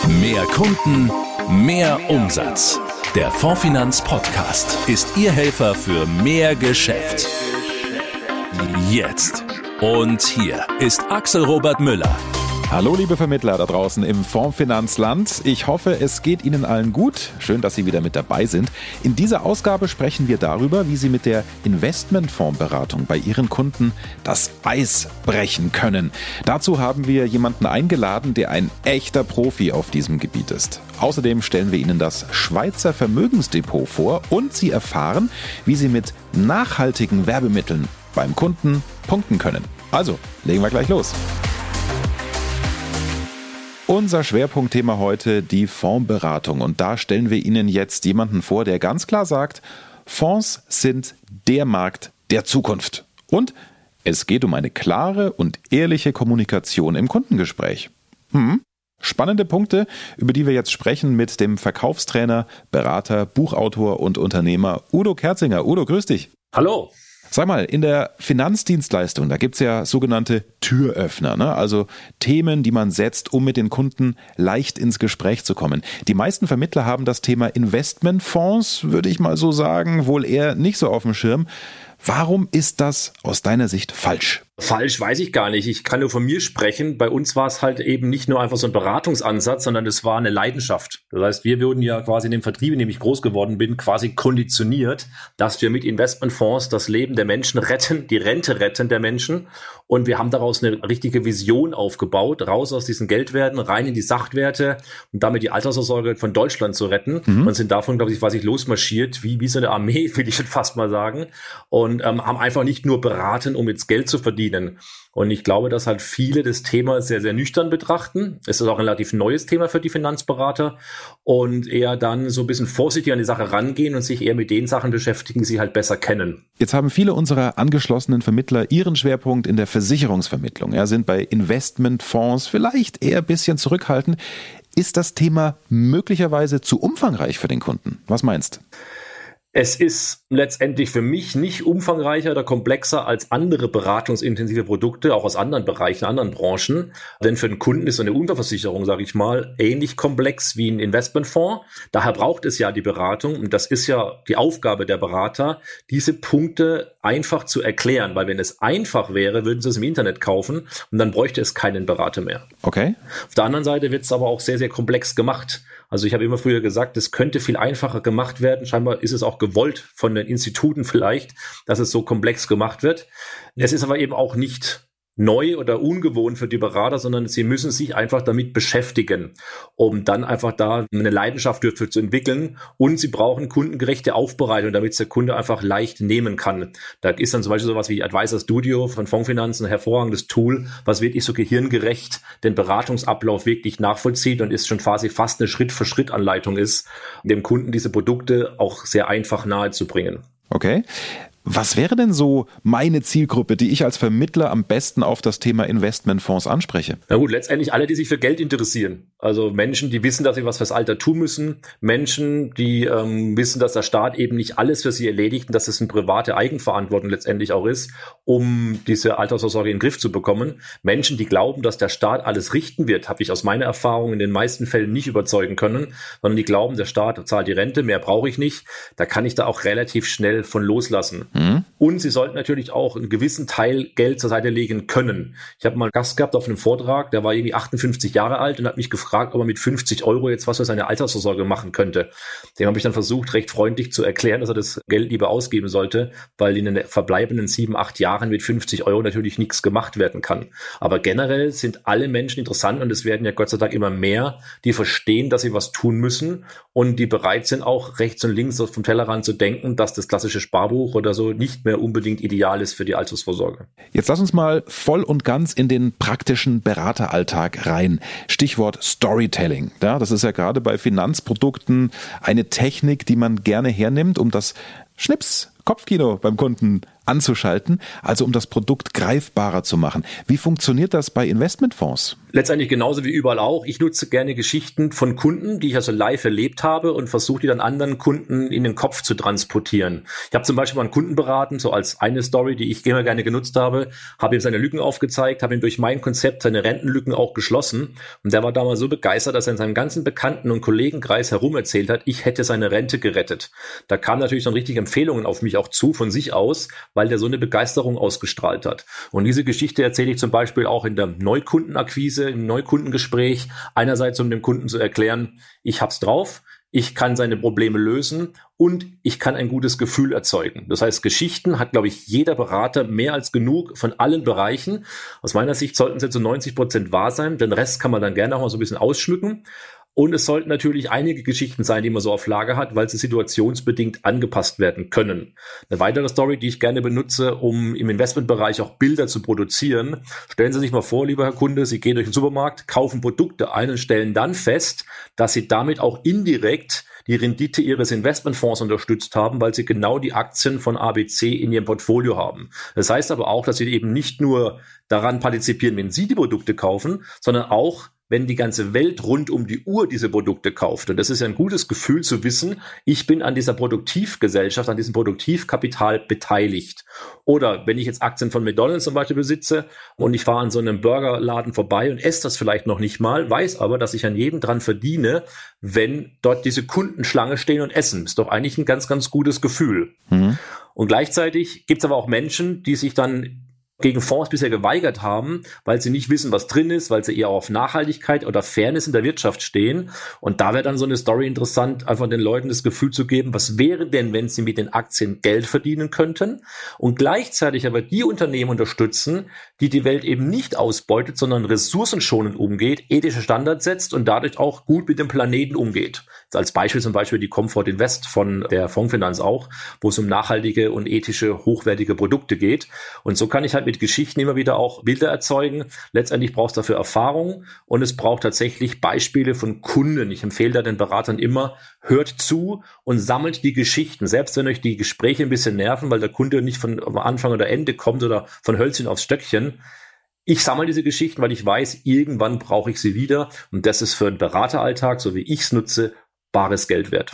Mehr Kunden, mehr Umsatz. Der Fondsfinanz Podcast ist Ihr Helfer für mehr Geschäft. Jetzt. Und hier ist Axel Robert Müller. Hallo liebe Vermittler da draußen im Fondsfinanzland. Ich hoffe, es geht Ihnen allen gut. Schön, dass Sie wieder mit dabei sind. In dieser Ausgabe sprechen wir darüber, wie Sie mit der Investmentfondsberatung bei Ihren Kunden das Eis brechen können. Dazu haben wir jemanden eingeladen, der ein echter Profi auf diesem Gebiet ist. Außerdem stellen wir Ihnen das Schweizer Vermögensdepot vor und Sie erfahren, wie Sie mit nachhaltigen Werbemitteln beim Kunden punkten können. Also, legen wir gleich los. Unser Schwerpunktthema heute, die Fondsberatung. Und da stellen wir Ihnen jetzt jemanden vor, der ganz klar sagt, Fonds sind der Markt der Zukunft. Und es geht um eine klare und ehrliche Kommunikation im Kundengespräch. Spannende Punkte, über die wir jetzt sprechen mit dem Verkaufstrainer, Berater, Buchautor und Unternehmer Udo Kerzinger. Udo, grüß dich. Hallo. Sag mal, in der Finanzdienstleistung, da gibt's ja sogenannte Türöffner, ne? Also Themen, die man setzt, um mit den Kunden leicht ins Gespräch zu kommen. Die meisten Vermittler haben das Thema Investmentfonds, würde ich mal so sagen, wohl eher nicht so auf dem Schirm. Warum ist das aus deiner Sicht falsch? Falsch weiß ich gar nicht. Ich kann nur von mir sprechen. Bei uns war es halt eben nicht nur einfach so ein Beratungsansatz, sondern es war eine Leidenschaft. Das heißt, wir wurden ja quasi in dem Vertrieb, in dem ich groß geworden bin, quasi konditioniert, dass wir mit Investmentfonds das Leben der Menschen retten, die Rente retten der Menschen. Und wir haben daraus eine richtige Vision aufgebaut, raus aus diesen Geldwerten, rein in die Sachwerte und damit die Altersvorsorge von Deutschland zu retten. Und sind davon, glaube ich, quasi losmarschiert, wie so eine Armee, will ich schon fast mal sagen. Und haben einfach nicht nur beraten, um jetzt Geld zu verdienen. Und ich glaube, dass halt viele das Thema sehr, sehr nüchtern betrachten. Es ist auch ein relativ neues Thema für die Finanzberater und eher dann so ein bisschen vorsichtig an die Sache rangehen und sich eher mit den Sachen beschäftigen, die sie halt besser kennen. Jetzt haben viele unserer angeschlossenen Vermittler ihren Schwerpunkt in der Versicherungsvermittlung. Sind bei Investmentfonds vielleicht eher ein bisschen zurückhaltend. Ist das Thema möglicherweise zu umfangreich für den Kunden? Was meinst du? Es ist letztendlich für mich nicht umfangreicher oder komplexer als andere beratungsintensive Produkte, auch aus anderen Bereichen, anderen Branchen. Denn für den Kunden ist so eine Unfallversicherung, sage ich mal, ähnlich komplex wie ein Investmentfonds. Daher braucht es ja die Beratung und das ist ja die Aufgabe der Berater, diese Punkte einfach zu erklären. Weil wenn es einfach wäre, würden sie es im Internet kaufen und dann bräuchte es keinen Berater mehr. Okay. Auf der anderen Seite wird es aber auch sehr, sehr komplex gemacht. Also ich habe immer früher gesagt, es könnte viel einfacher gemacht werden. Scheinbar ist es auch gewollt von den Instituten vielleicht, dass es so komplex gemacht wird. Es ist aber eben auch nicht neu oder ungewohnt für die Berater, sondern sie müssen sich einfach damit beschäftigen, um dann einfach da eine Leidenschaft dafür zu entwickeln. Und sie brauchen kundengerechte Aufbereitung, damit es der Kunde einfach leicht nehmen kann. Da ist dann zum Beispiel sowas wie Advisor Studio von Fondsfinanz ein hervorragendes Tool, was wirklich so gehirngerecht den Beratungsablauf wirklich nachvollzieht und ist schon quasi fast eine Schritt-für-Schritt-Anleitung ist, dem Kunden diese Produkte auch sehr einfach nahezubringen. Okay. Was wäre denn so meine Zielgruppe, die ich als Vermittler am besten auf das Thema Investmentfonds anspreche? Na gut, letztendlich alle, die sich für Geld interessieren. Also Menschen, die wissen, dass sie was fürs Alter tun müssen. Menschen, die wissen, dass der Staat eben nicht alles für sie erledigt und dass es eine private Eigenverantwortung letztendlich auch ist, um diese Altersvorsorge in den Griff zu bekommen. Menschen, die glauben, dass der Staat alles richten wird, habe ich aus meiner Erfahrung in den meisten Fällen nicht überzeugen können, sondern die glauben, der Staat zahlt die Rente, mehr brauche ich nicht. Da kann ich da auch relativ schnell von loslassen. Und sie sollten natürlich auch einen gewissen Teil Geld zur Seite legen können. Ich habe mal einen Gast gehabt auf einem Vortrag, der war irgendwie 58 Jahre alt und hat mich gefragt, ob er mit 50 € jetzt was für seine Altersvorsorge machen könnte. Dem habe ich dann versucht, recht freundlich zu erklären, dass er das Geld lieber ausgeben sollte, weil in den verbleibenden 7, 8 Jahren mit 50 € natürlich nichts gemacht werden kann. Aber generell sind alle Menschen interessant und es werden ja Gott sei Dank immer mehr, die verstehen, dass sie was tun müssen und die bereit sind, auch rechts und links vom Tellerrand zu denken, dass das klassische Sparbuch oder so nicht mehr unbedingt ideal ist für die Altersvorsorge. Jetzt lass uns mal voll und ganz in den praktischen Berateralltag rein. Stichwort Storytelling. Ja, das ist ja gerade bei Finanzprodukten eine Technik, die man gerne hernimmt, um das Schnips, Kopfkino beim Kunden anzuschalten, also um das Produkt greifbarer zu machen. Wie funktioniert das bei Investmentfonds? Letztendlich genauso wie überall auch. Ich nutze gerne Geschichten von Kunden, die ich also live erlebt habe und versuche die dann anderen Kunden in den Kopf zu transportieren. Ich habe zum Beispiel mal einen Kunden beraten, so als eine Story, die ich immer gerne genutzt habe, habe ihm seine Lücken aufgezeigt, habe ihm durch mein Konzept seine Rentenlücken auch geschlossen und der war damals so begeistert, dass er in seinem ganzen Bekannten- und Kollegenkreis herum erzählt hat, ich hätte seine Rente gerettet. Da kamen natürlich dann richtig Empfehlungen auf mich auch zu von sich aus, weil der so eine Begeisterung ausgestrahlt hat. Und diese Geschichte erzähle ich zum Beispiel auch in der Neukundenakquise, im Neukundengespräch, einerseits um dem Kunden zu erklären, ich hab's drauf, ich kann seine Probleme lösen und ich kann ein gutes Gefühl erzeugen. Das heißt, Geschichten hat, glaube ich, jeder Berater mehr als genug von allen Bereichen. Aus meiner Sicht sollten sie zu 90% wahr sein, den Rest kann man dann gerne auch mal so ein bisschen ausschmücken. Und es sollten natürlich einige Geschichten sein, die man so auf Lager hat, weil sie situationsbedingt angepasst werden können. Eine weitere Story, die ich gerne benutze, um im Investmentbereich auch Bilder zu produzieren. Stellen Sie sich mal vor, lieber Herr Kunde, Sie gehen durch den Supermarkt, kaufen Produkte ein und stellen dann fest, dass Sie damit auch indirekt die Rendite Ihres Investmentfonds unterstützt haben, weil Sie genau die Aktien von ABC in Ihrem Portfolio haben. Das heißt aber auch, dass Sie eben nicht nur daran partizipieren, wenn Sie die Produkte kaufen, sondern auch wenn die ganze Welt rund um die Uhr diese Produkte kauft. Und das ist ja ein gutes Gefühl zu wissen, ich bin an dieser Produktivgesellschaft, an diesem Produktivkapital beteiligt. Oder wenn ich jetzt Aktien von McDonald's zum Beispiel besitze und ich fahre an so einem Burgerladen vorbei und esse das vielleicht noch nicht mal, weiß aber, dass ich an jedem dran verdiene, wenn dort diese Kunden Schlange stehen und essen. Ist doch eigentlich ein ganz, ganz gutes Gefühl. Und gleichzeitig gibt es aber auch Menschen, die sich dann gegen Fonds bisher geweigert haben, weil sie nicht wissen, was drin ist, weil sie eher auf Nachhaltigkeit oder Fairness in der Wirtschaft stehen. Und da wäre dann so eine Story interessant, einfach den Leuten das Gefühl zu geben, was wäre denn, wenn sie mit den Aktien Geld verdienen könnten und gleichzeitig aber die Unternehmen unterstützen, die die Welt eben nicht ausbeutet, sondern ressourcenschonend umgeht, ethische Standards setzt und dadurch auch gut mit dem Planeten umgeht. Jetzt als Beispiel zum Beispiel die Comfort Invest von der Fondsfinanz auch, wo es um nachhaltige und ethische, hochwertige Produkte geht. Und so kann ich halt mit Geschichten immer wieder auch Bilder erzeugen. Letztendlich braucht es dafür Erfahrung und es braucht tatsächlich Beispiele von Kunden. Ich empfehle da den Beratern immer, hört zu und sammelt die Geschichten. Selbst wenn euch die Gespräche ein bisschen nerven, weil der Kunde nicht von Anfang oder Ende kommt oder von Hölzchen aufs Stöckchen. Ich sammle diese Geschichten, weil ich weiß, irgendwann brauche ich sie wieder. Und das ist für einen Berateralltag, so wie ich es nutze, bares Geld wert.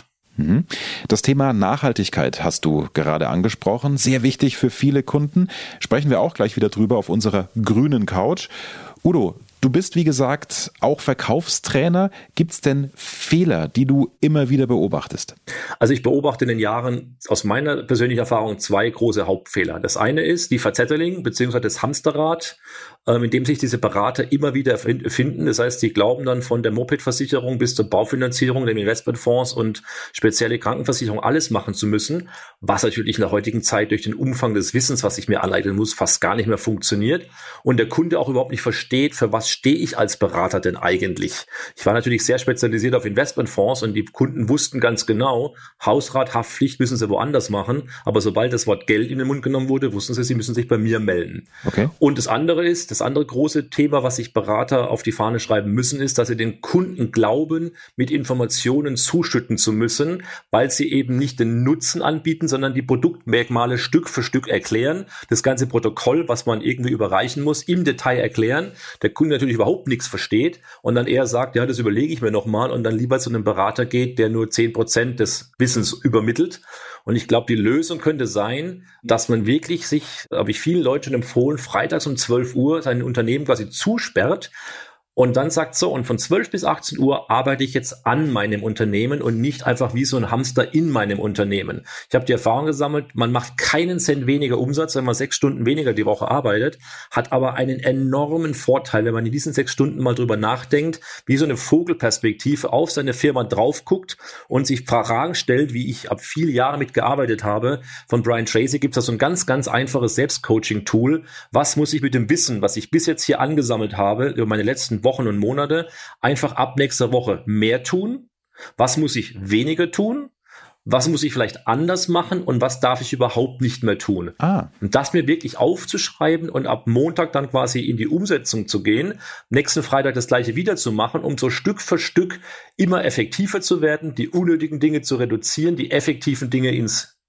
Das Thema Nachhaltigkeit hast du gerade angesprochen. Sehr wichtig für viele Kunden. Sprechen wir auch gleich wieder drüber auf unserer grünen Couch. Udo, du bist, wie gesagt, auch Verkaufstrainer. Gibt es denn Fehler, die du immer wieder beobachtest? Also ich beobachte in den Jahren aus meiner persönlichen Erfahrung 2 große Hauptfehler. Das eine ist die Verzetteling bzw. das Hamsterrad, in dem sich diese Berater immer wieder finden. Das heißt, die glauben dann von der Moped-Versicherung bis zur Baufinanzierung, den Investmentfonds und spezielle Krankenversicherung alles machen zu müssen, was natürlich in der heutigen Zeit durch den Umfang des Wissens, was ich mir aneignen muss, fast gar nicht mehr funktioniert und der Kunde auch überhaupt nicht versteht, für was stehe ich als Berater denn eigentlich. Ich war natürlich sehr spezialisiert auf Investmentfonds und die Kunden wussten ganz genau, Hausrat, Haftpflicht müssen sie woanders machen, aber sobald das Wort Geld in den Mund genommen wurde, wussten sie müssen sich bei mir melden. Okay. Und das andere große Thema, was sich Berater auf die Fahne schreiben müssen, ist, dass sie den Kunden glauben, mit Informationen zuschütten zu müssen, weil sie eben nicht den Nutzen anbieten, sondern die Produktmerkmale Stück für Stück erklären, das ganze Protokoll, was man irgendwie überreichen muss, im Detail erklären, der Kunde natürlich überhaupt nichts versteht und dann eher sagt, ja, das überlege ich mir nochmal und dann lieber zu einem Berater geht, der nur 10% des Wissens übermittelt. Und ich glaube, die Lösung könnte sein, dass man wirklich sich, habe ich vielen Leuten empfohlen, freitags um 12 Uhr sein Unternehmen quasi zusperrt und dann sagt so, und von 12 bis 18 Uhr arbeite ich jetzt an meinem Unternehmen und nicht einfach wie so ein Hamster in meinem Unternehmen. Ich habe die Erfahrung gesammelt, man macht keinen Cent weniger Umsatz, wenn man 6 Stunden weniger die Woche arbeitet, hat aber einen enormen Vorteil, wenn man in diesen 6 Stunden mal drüber nachdenkt, wie so eine Vogelperspektive auf seine Firma drauf guckt und sich Fragen stellt, wie ich ab vielen Jahren mitgearbeitet habe. Von Brian Tracy gibt es da so ein ganz, ganz einfaches Selbstcoaching-Tool. Was muss ich mit dem Wissen, was ich bis jetzt hier angesammelt habe, über meine letzten Wochen und Monate, einfach ab nächster Woche mehr tun? Was muss ich weniger tun? Was muss ich vielleicht anders machen und was darf ich überhaupt nicht mehr tun? Und das mir wirklich aufzuschreiben und ab Montag dann quasi in die Umsetzung zu gehen, nächsten Freitag das gleiche wieder zu machen, um so Stück für Stück immer effektiver zu werden, die unnötigen Dinge zu reduzieren, die effektiven Dinge ins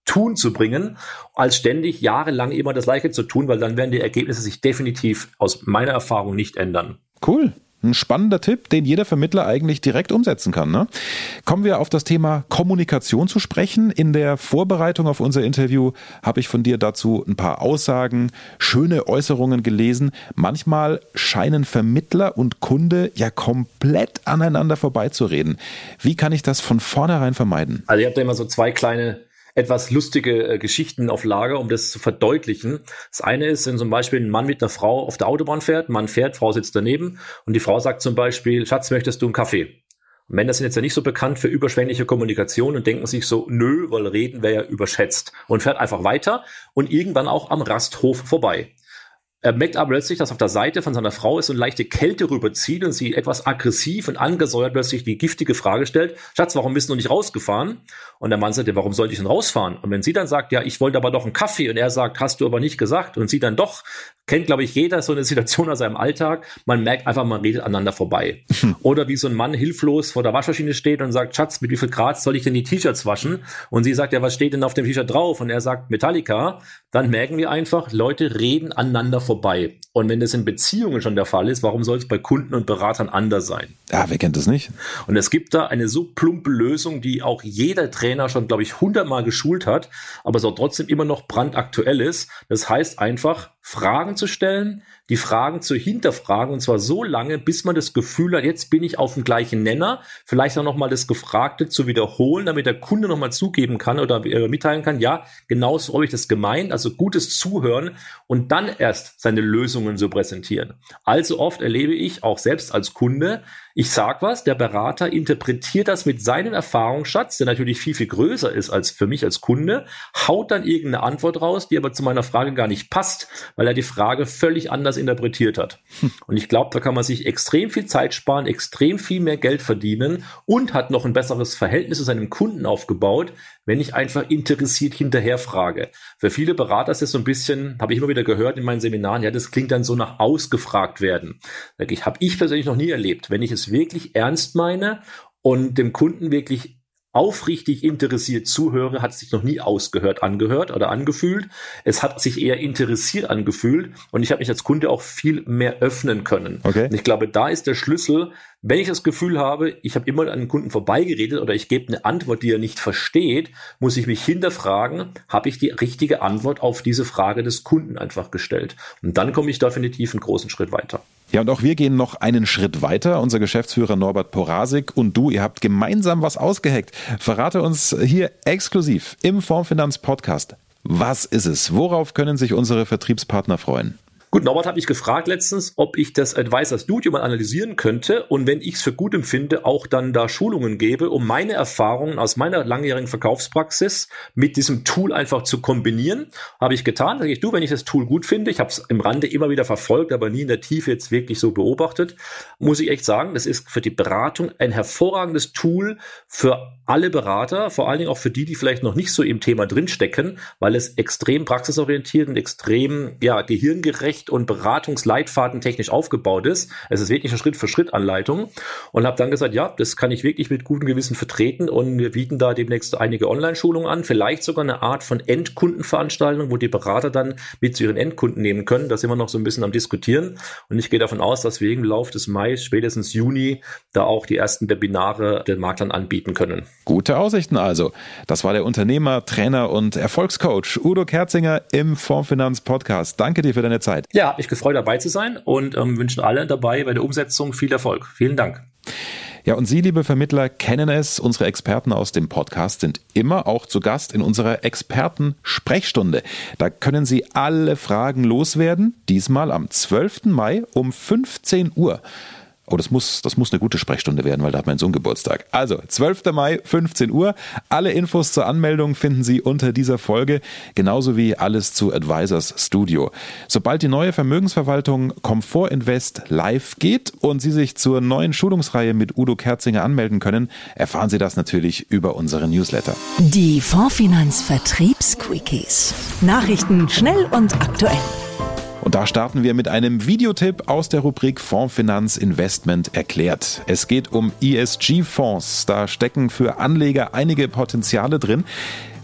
Tun zu bringen, als ständig jahrelang immer das Gleiche zu tun, weil dann werden die Ergebnisse sich definitiv aus meiner Erfahrung nicht ändern. Cool. Ein spannender Tipp, den jeder Vermittler eigentlich direkt umsetzen kann, ne? Kommen wir auf das Thema Kommunikation zu sprechen. In der Vorbereitung auf unser Interview habe ich von dir dazu ein paar Aussagen, schöne Äußerungen gelesen. Manchmal scheinen Vermittler und Kunde ja komplett aneinander vorbeizureden. Wie kann ich das von vornherein vermeiden? Also ich habe da immer so zwei kleine etwas lustige Geschichten auf Lager, um das zu verdeutlichen. Das eine ist, wenn zum Beispiel ein Mann mit einer Frau auf der Autobahn fährt, Mann fährt, Frau sitzt daneben und die Frau sagt zum Beispiel, Schatz, möchtest du einen Kaffee? Und Männer sind jetzt ja nicht so bekannt für überschwängliche Kommunikation und denken sich so, nö, weil reden wäre ja überschätzt und fährt einfach weiter und irgendwann auch am Rasthof vorbei. Er merkt aber plötzlich, dass auf der Seite von seiner Frau ist so eine leichte Kälte rüberzieht und sie etwas aggressiv und angesäuert plötzlich die giftige Frage stellt, Schatz, warum bist du nicht rausgefahren? Und der Mann sagt, ja, warum sollte ich denn rausfahren? Und wenn sie dann sagt, ja, ich wollte aber doch einen Kaffee und er sagt, hast du aber nicht gesagt und sie dann doch, kennt, glaube ich, jeder so eine Situation aus seinem Alltag, man merkt einfach, man redet aneinander vorbei. Oder wie so ein Mann hilflos vor der Waschmaschine steht und sagt, Schatz, mit wie viel Grad soll ich denn die T-Shirts waschen? Und sie sagt, ja, was steht denn auf dem T-Shirt drauf? Und er sagt, Metallica. Dann merken wir einfach, Leute reden aneinander vorbei. Und wenn das in Beziehungen schon der Fall ist, warum soll es bei Kunden und Beratern anders sein? Ja, wer kennt das nicht? Und es gibt da eine so plumpe Lösung, die auch jeder Trainer schon, glaube ich, 100-mal geschult hat, aber so trotzdem immer noch brandaktuell ist. Das heißt einfach, Fragen zu stellen, die Fragen zu hinterfragen und zwar so lange, bis man das Gefühl hat, jetzt bin ich auf dem gleichen Nenner, vielleicht auch nochmal das Gefragte zu wiederholen, damit der Kunde nochmal zugeben kann oder mitteilen kann, ja, genau so habe ich das gemeint, also gutes Zuhören und dann erst seine Lösungen so präsentieren. Allzu oft erlebe ich, auch selbst als Kunde, ich sag was, der Berater interpretiert das mit seinem Erfahrungsschatz, der natürlich viel, viel größer ist als für mich als Kunde, haut dann irgendeine Antwort raus, die aber zu meiner Frage gar nicht passt, weil er die Frage völlig anders interpretiert hat. Und ich glaube, da kann man sich extrem viel Zeit sparen, extrem viel mehr Geld verdienen und hat noch ein besseres Verhältnis zu seinem Kunden aufgebaut, wenn ich einfach interessiert hinterher frage. Für viele Berater ist das so ein bisschen, habe ich immer wieder gehört in meinen Seminaren, ja, das klingt dann so nach ausgefragt werden. Habe ich persönlich noch nie erlebt. Wenn ich es wirklich ernst meine und dem Kunden wirklich aufrichtig interessiert zuhöre, hat es sich noch nie angehört oder angefühlt. Es hat sich eher interessiert angefühlt und ich habe mich als Kunde auch viel mehr öffnen können. Okay. Und ich glaube, da ist der Schlüssel, wenn ich das Gefühl habe, ich habe immer an den Kunden vorbeigeredet oder ich gebe eine Antwort, die er nicht versteht, muss ich mich hinterfragen, habe ich die richtige Antwort auf diese Frage des Kunden einfach gestellt. Und dann komme ich definitiv einen großen Schritt weiter. Ja, und auch wir gehen noch einen Schritt weiter. Unser Geschäftsführer Norbert Porasik und du, ihr habt gemeinsam was ausgeheckt. Verrate uns hier exklusiv im Fondsfinanz-Podcast. Was ist es? Worauf können sich unsere Vertriebspartner freuen? Gut, Norbert hat mich gefragt letztens, ob ich das Advisor Studio mal analysieren könnte und wenn ich es für gut empfinde, auch dann da Schulungen gebe, um meine Erfahrungen aus meiner langjährigen Verkaufspraxis mit diesem Tool einfach zu kombinieren. Habe ich getan. Sage ich, wenn ich das Tool gut finde, ich habe es im Rande immer wieder verfolgt, aber nie in der Tiefe jetzt wirklich so beobachtet, muss ich echt sagen, das ist für die Beratung ein hervorragendes Tool für alle Berater, vor allen Dingen auch für die vielleicht noch nicht so im Thema drinstecken, weil es extrem praxisorientiert und extrem gehirngerecht und Beratungsleitfaden technisch aufgebaut ist. Es ist wirklich eine Schritt-für-Schritt-Anleitung und habe dann gesagt, ja, das kann ich wirklich mit gutem Gewissen vertreten und wir bieten da demnächst einige Online-Schulungen an, vielleicht sogar eine Art von Endkundenveranstaltung, wo die Berater dann mit zu ihren Endkunden nehmen können. Da sind wir noch so ein bisschen am Diskutieren und ich gehe davon aus, dass wir im Laufe des Mai, spätestens Juni, da auch die ersten Webinare den Maklern anbieten können. Gute Aussichten also. Das war der Unternehmer, Trainer und Erfolgscoach Udo Kerzinger im Fondsfinanz-Podcast. Danke dir für deine Zeit. Ja, hat mich gefreut, dabei zu sein und wünschen allen dabei bei der Umsetzung viel Erfolg. Vielen Dank. Ja, und Sie, liebe Vermittler, kennen es. Unsere Experten aus dem Podcast sind immer auch zu Gast in unserer Experten-Sprechstunde. Da können Sie alle Fragen loswerden. Diesmal am 12. Mai um 15 Uhr. Oh, das muss eine gute Sprechstunde werden, weil da hat mein Sohn Geburtstag. Also, 12. Mai, 15 Uhr. Alle Infos zur Anmeldung finden Sie unter dieser Folge, genauso wie alles zu Advisors Studio. Sobald die neue Vermögensverwaltung Comfort Invest live geht und Sie sich zur neuen Schulungsreihe mit Udo Kerzinger anmelden können, erfahren Sie das natürlich über unseren Newsletter. Die Fondsfinanz Vertriebs-Quickies. Nachrichten schnell und aktuell. Und da starten wir mit einem Videotipp aus der Rubrik Fondsfinanz Investment erklärt. Es geht um ESG-Fonds. Da stecken für Anleger einige Potenziale drin.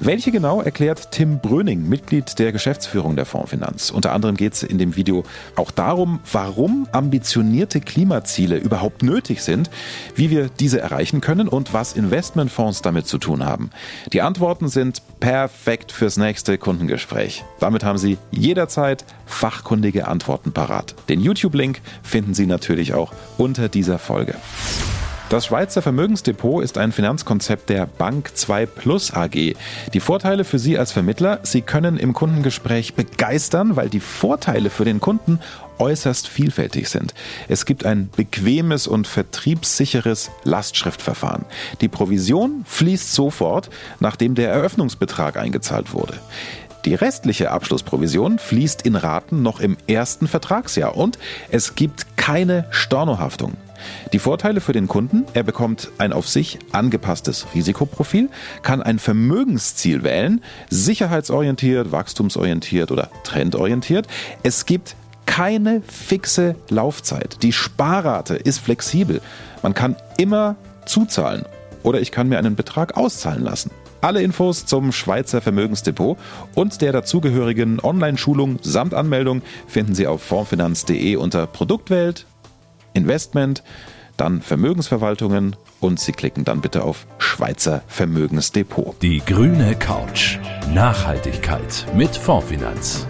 Welche genau, erklärt Tim Bröning, Mitglied der Geschäftsführung der Fondsfinanz. Unter anderem geht es in dem Video auch darum, warum ambitionierte Klimaziele überhaupt nötig sind, wie wir diese erreichen können und was Investmentfonds damit zu tun haben. Die Antworten sind perfekt fürs nächste Kundengespräch. Damit haben Sie jederzeit fachkundige Antworten parat. Den YouTube-Link finden Sie natürlich auch unter dieser Folge. Das Schweizer Vermögensdepot ist ein Finanzkonzept der Bank 2 Plus AG. Die Vorteile für Sie als Vermittler: Sie können im Kundengespräch begeistern, weil die Vorteile für den Kunden äußerst vielfältig sind. Es gibt ein bequemes und vertriebssicheres Lastschriftverfahren. Die Provision fließt sofort, nachdem der Eröffnungsbetrag eingezahlt wurde. Die restliche Abschlussprovision fließt in Raten noch im ersten Vertragsjahr und es gibt keine Stornohaftung. Die Vorteile für den Kunden: Er bekommt ein auf sich angepasstes Risikoprofil, kann ein Vermögensziel wählen, sicherheitsorientiert, wachstumsorientiert oder trendorientiert. Es gibt keine fixe Laufzeit. Die Sparrate ist flexibel. Man kann immer zuzahlen oder ich kann mir einen Betrag auszahlen lassen. Alle Infos zum Schweizer Vermögensdepot und der dazugehörigen Online-Schulung samt Anmeldung finden Sie auf fondsfinanz.de unter Produktwelt, Investment, dann Vermögensverwaltungen und Sie klicken dann bitte auf Schweizer Vermögensdepot. Die grüne Couch. Nachhaltigkeit mit Fondsfinanz.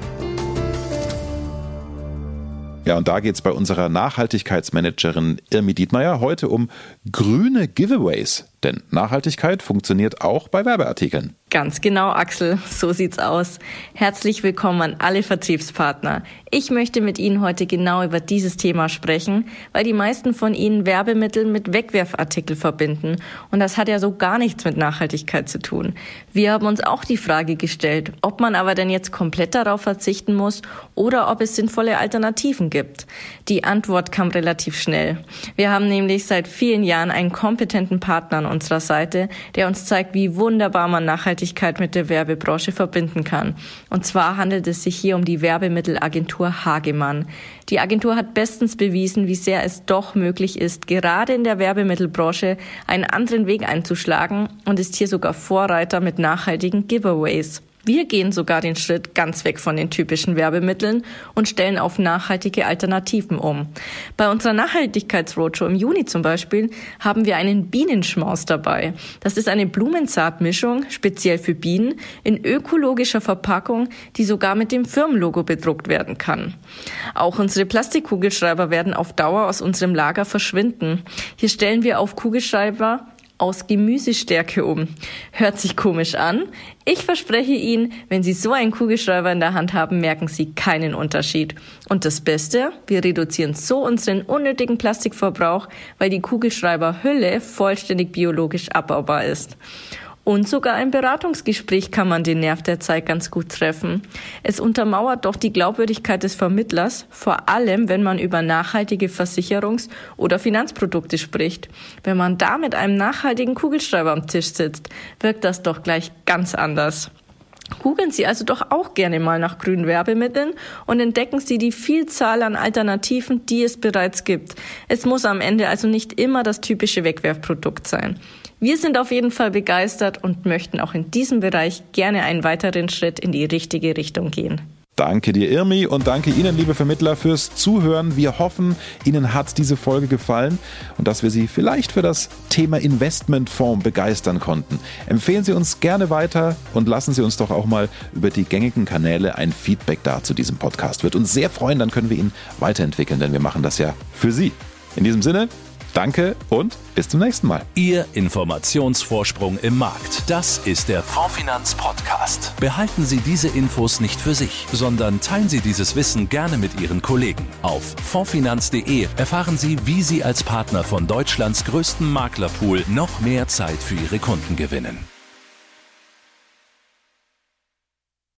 Ja, und da geht es bei unserer Nachhaltigkeitsmanagerin Irmi Dietmeier heute um grüne Giveaways. Denn Nachhaltigkeit funktioniert auch bei Werbeartikeln. Ganz genau, Axel, so sieht's aus. Herzlich willkommen an alle Vertriebspartner. Ich möchte mit Ihnen heute genau über dieses Thema sprechen, weil die meisten von Ihnen Werbemittel mit Wegwerfartikel verbinden. Und das hat ja so gar nichts mit Nachhaltigkeit zu tun. Wir haben uns auch die Frage gestellt, ob man aber denn jetzt komplett darauf verzichten muss oder ob es sinnvolle Alternativen gibt. Die Antwort kam relativ schnell. Wir haben nämlich seit vielen Jahren einen kompetenten Partner an unserer Seite, der uns zeigt, wie wunderbar man Nachhaltigkeit mit der Werbebranche verbinden kann. Und zwar handelt es sich hier um die Werbemittelagentur Hagemann. Die Agentur hat bestens bewiesen, wie sehr es doch möglich ist, gerade in der Werbemittelbranche einen anderen Weg einzuschlagen und ist hier sogar Vorreiter mit nachhaltigen Giveaways. Wir gehen sogar den Schritt ganz weg von den typischen Werbemitteln und stellen auf nachhaltige Alternativen um. Bei unserer Nachhaltigkeitsroadshow im Juni zum Beispiel haben wir einen Bienenschmaus dabei. Das ist eine Blumensaatmischung, speziell für Bienen, in ökologischer Verpackung, die sogar mit dem Firmenlogo bedruckt werden kann. Auch unsere Plastikkugelschreiber werden auf Dauer aus unserem Lager verschwinden. Hier stellen wir auf Kugelschreiber aus Gemüsestärke um. Hört sich komisch an. Ich verspreche Ihnen, wenn Sie so einen Kugelschreiber in der Hand haben, merken Sie keinen Unterschied. Und das Beste, wir reduzieren so unseren unnötigen Plastikverbrauch, weil die Kugelschreiberhülle vollständig biologisch abbaubar ist. Und sogar im Beratungsgespräch kann man den Nerv der Zeit ganz gut treffen. Es untermauert doch die Glaubwürdigkeit des Vermittlers, vor allem wenn man über nachhaltige Versicherungs- oder Finanzprodukte spricht. Wenn man da mit einem nachhaltigen Kugelschreiber am Tisch sitzt, wirkt das doch gleich ganz anders. Googeln Sie also doch auch gerne mal nach grünen Werbemitteln und entdecken Sie die Vielzahl an Alternativen, die es bereits gibt. Es muss am Ende also nicht immer das typische Wegwerfprodukt sein. Wir sind auf jeden Fall begeistert und möchten auch in diesem Bereich gerne einen weiteren Schritt in die richtige Richtung gehen. Danke dir, Irmi, und danke Ihnen, liebe Vermittler, fürs Zuhören. Wir hoffen, Ihnen hat diese Folge gefallen und dass wir Sie vielleicht für das Thema Investmentfonds begeistern konnten. Empfehlen Sie uns gerne weiter und lassen Sie uns doch auch mal über die gängigen Kanäle ein Feedback da zu diesem Podcast. Wird uns sehr freuen, dann können wir ihn weiterentwickeln, denn wir machen das ja für Sie. In diesem Sinne, danke und bis zum nächsten Mal. Ihr Informationsvorsprung im Markt. Das ist der Fondsfinanz Podcast. Behalten Sie diese Infos nicht für sich, sondern teilen Sie dieses Wissen gerne mit Ihren Kollegen. Auf fondsfinanz.de erfahren Sie, wie Sie als Partner von Deutschlands größtem Maklerpool noch mehr Zeit für Ihre Kunden gewinnen.